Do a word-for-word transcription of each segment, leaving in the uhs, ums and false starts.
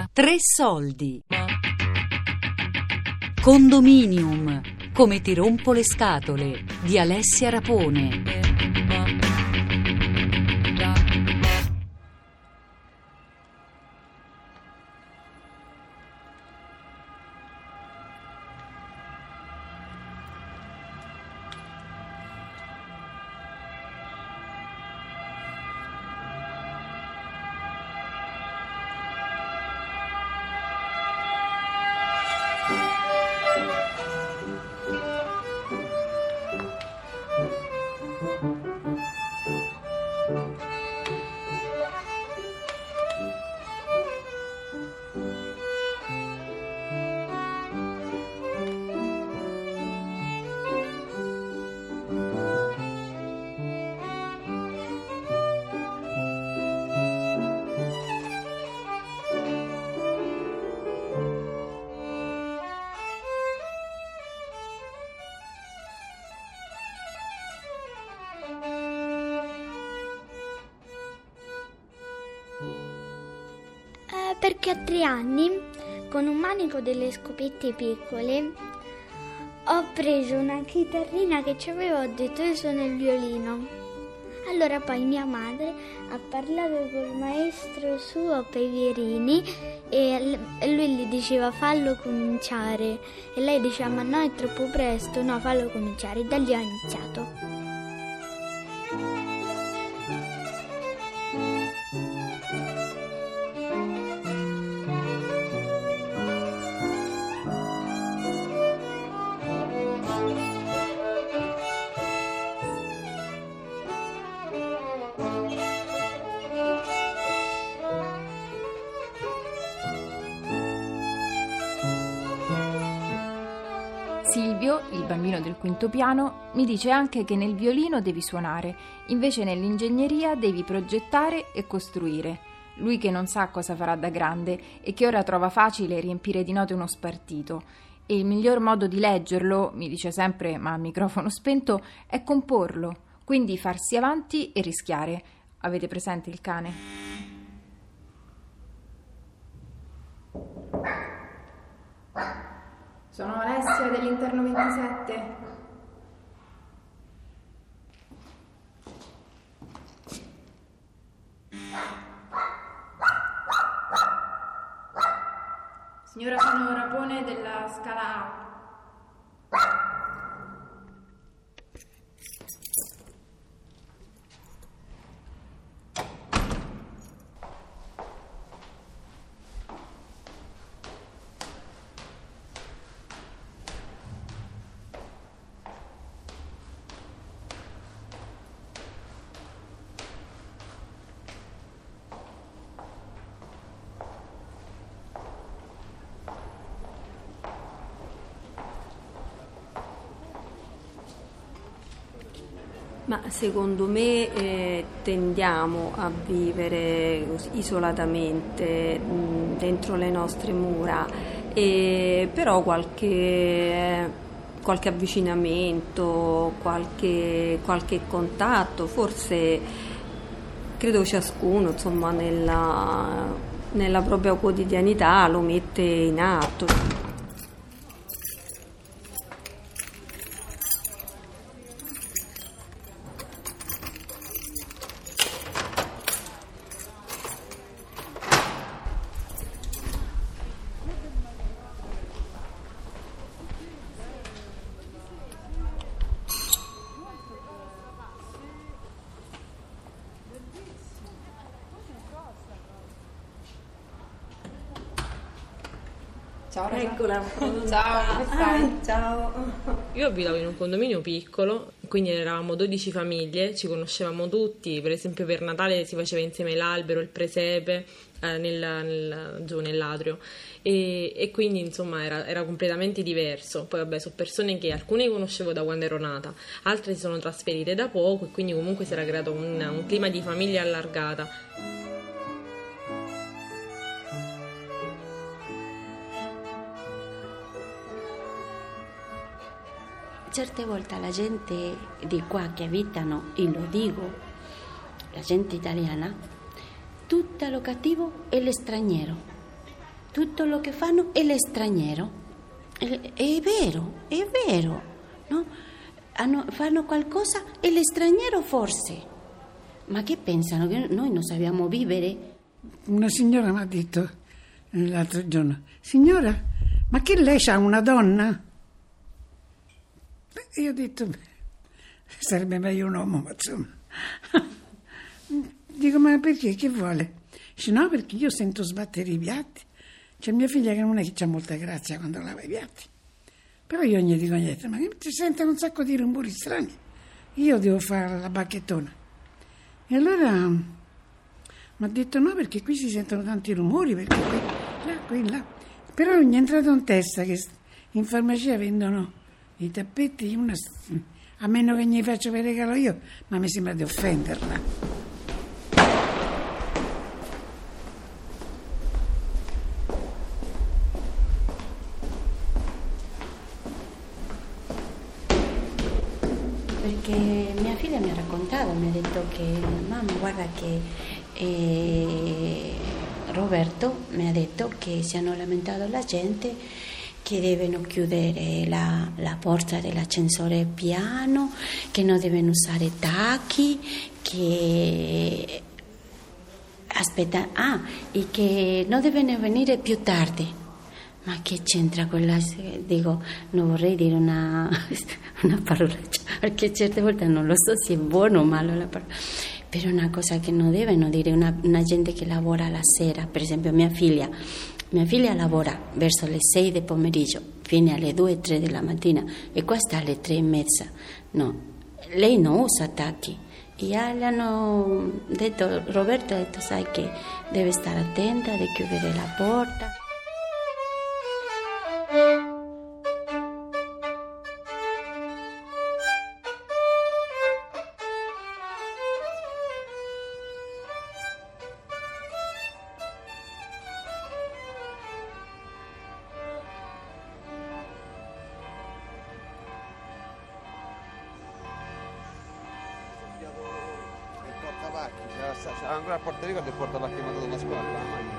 Tre soldi. Condominium. Come ti rompo le scatole di Alessia Rapone. Perché a tre anni, con un manico delle scopette piccole, ho preso una chitarrina che c'avevo e ho detto io sono il violino. Allora poi mia madre ha parlato col maestro suo Peverini e lui gli diceva fallo cominciare e lei diceva ma no è troppo presto, no fallo cominciare e da lì ho iniziato. Silvio, il bambino del quinto piano, mi dice anche che nel violino devi suonare, invece nell'ingegneria devi progettare e costruire. Lui che non sa cosa farà da grande e che ora trova facile riempire di note uno spartito. E il miglior modo di leggerlo, mi dice sempre ma a microfono spento, è comporlo, quindi farsi avanti e rischiare. Avete presente il cane? Sono Alessia dell'Interno ventisette. Signora, sono Rapone della Scala A. Ma secondo me eh, tendiamo a vivere isolatamente mh, dentro le nostre mura, e però qualche, qualche avvicinamento, qualche, qualche contatto, forse credo ciascuno insomma nella, nella propria quotidianità lo mette in atto. Ciao, eccola. Ciao, come stai? Ah, ciao. Io abitavo in un condominio piccolo, quindi eravamo dodici famiglie, ci conoscevamo tutti, per esempio per Natale si faceva insieme l'albero, il presepe, eh, nel, nel, giù nell'atrio, e, e quindi insomma era, era completamente diverso. Poi vabbè, sono persone che alcune conoscevo da quando ero nata, altre si sono trasferite da poco e quindi comunque si era creato un, un clima di famiglia allargata. Certe volte la gente di qua che abitano in Lodigo, la gente italiana, tutto lo cattivo è l'straniero. tutto lo che fanno è l'straniero. È, è vero, è vero, no? Hanno, fanno qualcosa e l'straniero forse. Ma che pensano? Che noi non sappiamo vivere? Una signora mi ha detto l'altro giorno: signora, ma che lei c'ha una donna? E io ho detto: sarebbe meglio un uomo, ma insomma. Dico: ma perché? Che vuole? Dice: no, perché io sento sbattere i piatti. C'è mia figlia che non è che c'ha molta grazia quando lava i piatti. Però io gli dico niente: ma ti sentono un sacco di rumori strani. Io devo fare la bacchettona. E allora mi ha detto: no, perché qui si sentono tanti rumori, perché qui, là, qui, là. Però mi è entrato in testa che in farmacia vendono i tappeti, una, a meno che gli faccio per regalo io, ma mi sembra di offenderla. Perché mia figlia mi ha raccontato, mi ha detto che mamma, guarda che eh, Roberto mi ha detto che si hanno lamentato la gente che devono chiudere la, la porta dell'ascensore piano, che non devono usare tacchi, che aspetta, ah, e che non devono venire più tardi. Ma che c'entra quella? Dico, non vorrei dire una, una parolaccia, perché certe volte non lo so se è buono o male la parola, però è una cosa che non devono dire una, una gente che lavora la sera. Per esempio mia figlia, mia figlia lavora verso le sei del pomeriggio, fino alle due o tre della mattina, e qua sta alle tre e mezza. No, lei non usa tacchi. E gli hanno detto, Roberto ha detto, sai che deve stare attenta, deve chiudere la porta. C'è ancora il porterico che porta la chiamata della squadra.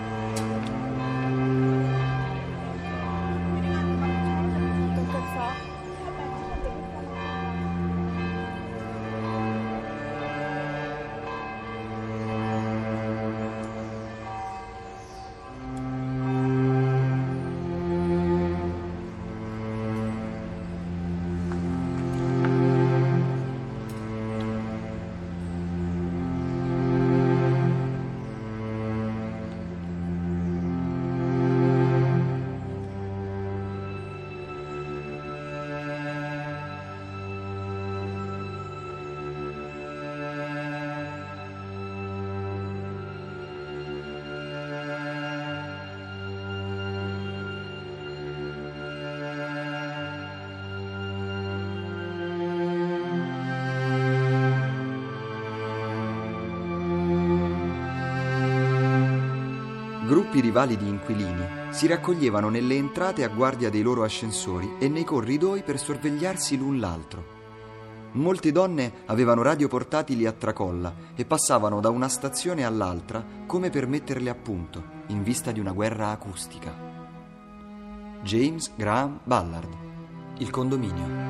Gruppi rivali di inquilini si raccoglievano nelle entrate a guardia dei loro ascensori e nei corridoi per sorvegliarsi l'un l'altro. Molte donne avevano radio portatili a tracolla e passavano da una stazione all'altra come per metterle a punto, in vista di una guerra acustica. James Graham Ballard, Il condominio.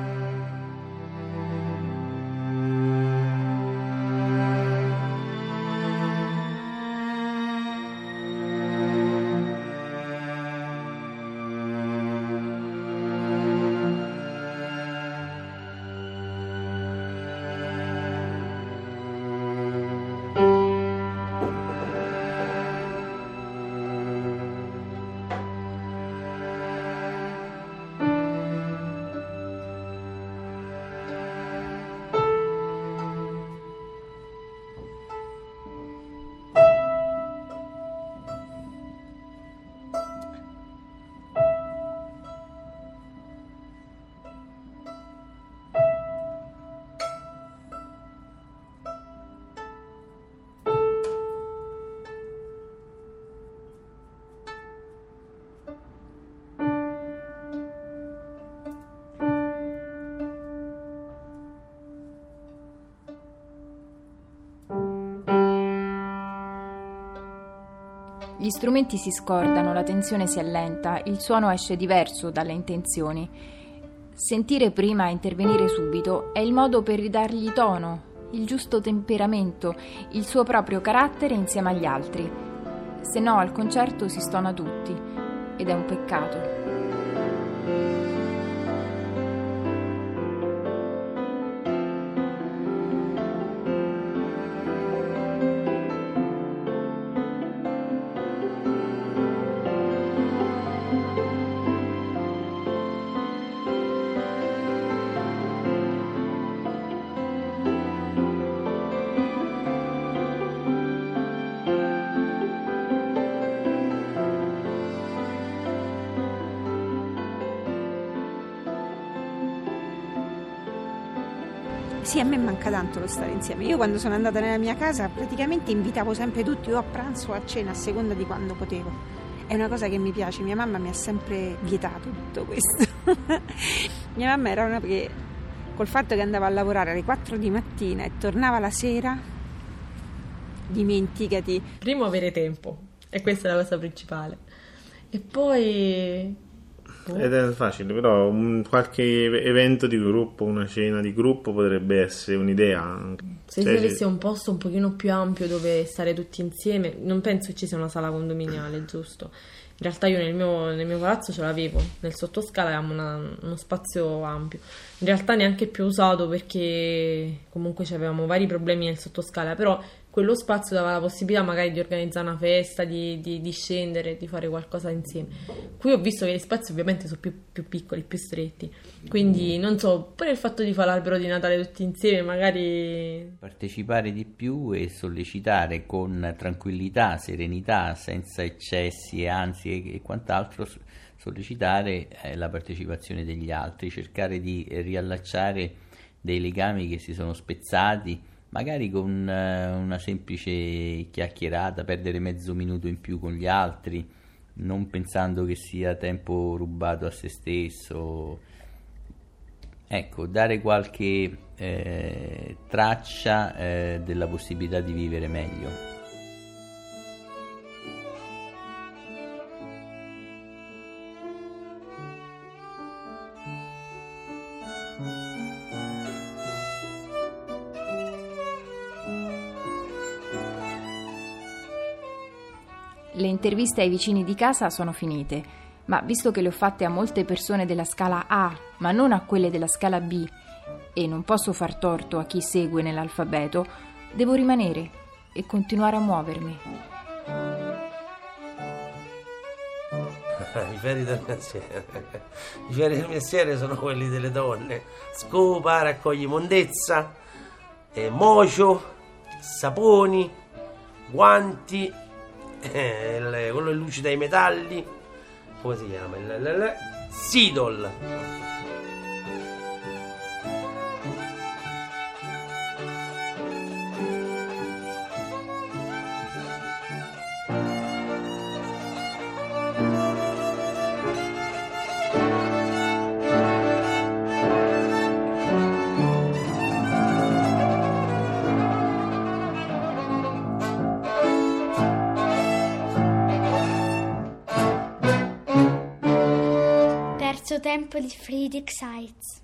Gli strumenti si scordano, la tensione si allenta, il suono esce diverso dalle intenzioni. Sentire prima e intervenire subito è il modo per ridargli tono, il giusto temperamento, il suo proprio carattere insieme agli altri. Se no al concerto si stona tutti ed è un peccato. Sì, a me manca tanto lo stare insieme. Io quando sono andata nella mia casa praticamente invitavo sempre tutti o a pranzo o a cena a seconda di quando potevo. È una cosa che mi piace, mia mamma mi ha sempre vietato tutto questo. Mia mamma era una che col fatto che andava a lavorare alle quattro di mattina e tornava la sera, dimenticati. Primo avere tempo, e questa è la cosa principale. E poi... Ed è facile, però un, qualche evento di gruppo, una cena di gruppo potrebbe essere un'idea. Se si avesse un posto un pochino più ampio dove stare tutti insieme, non penso che ci sia una sala condominiale, giusto? In realtà io nel mio, nel mio palazzo ce l'avevo, nel sottoscala avevamo una, uno spazio ampio, in realtà neanche più usato perché comunque avevamo vari problemi nel sottoscala, però quello spazio dava la possibilità magari di organizzare una festa, di, di, di scendere, di fare qualcosa insieme. Qui ho visto che gli spazi ovviamente sono più, più piccoli, più stretti, quindi non so, pure il fatto di fare l'albero di Natale tutti insieme magari... Partecipare di più e sollecitare con tranquillità, serenità, senza eccessi e ansie e, e quant'altro, sollecitare eh, la partecipazione degli altri, cercare di riallacciare dei legami che si sono spezzati, magari con uh, una semplice chiacchierata, perdere mezzo minuto in più con gli altri, non pensando che sia tempo rubato a se stesso. Ecco, dare qualche eh, traccia eh, della possibilità di vivere meglio. Le interviste ai vicini di casa sono finite, ma visto che le ho fatte a molte persone della scala A, ma non a quelle della scala B, e non posso far torto a chi segue nell'alfabeto, devo rimanere e continuare a muovermi. I fieri del mestiere. I fieri del mestiere sono quelli delle donne. Scopa, raccogli immondezza, eh, mocio, saponi, guanti, Eh, il, quello che lucida i metalli, come si chiama? Il, il, il Sidol. Tempo di Friedrich Seitz.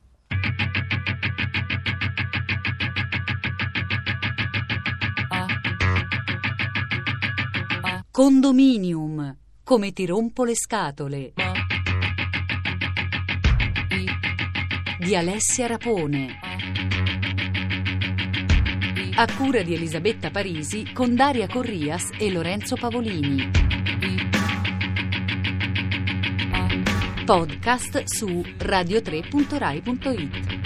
Condominium, come ti rompo le scatole, di Alessia Rapone, a cura di Elisabetta Parisi con Daria Corrias e Lorenzo Pavolini. Podcast su radio tre punto rai punto it.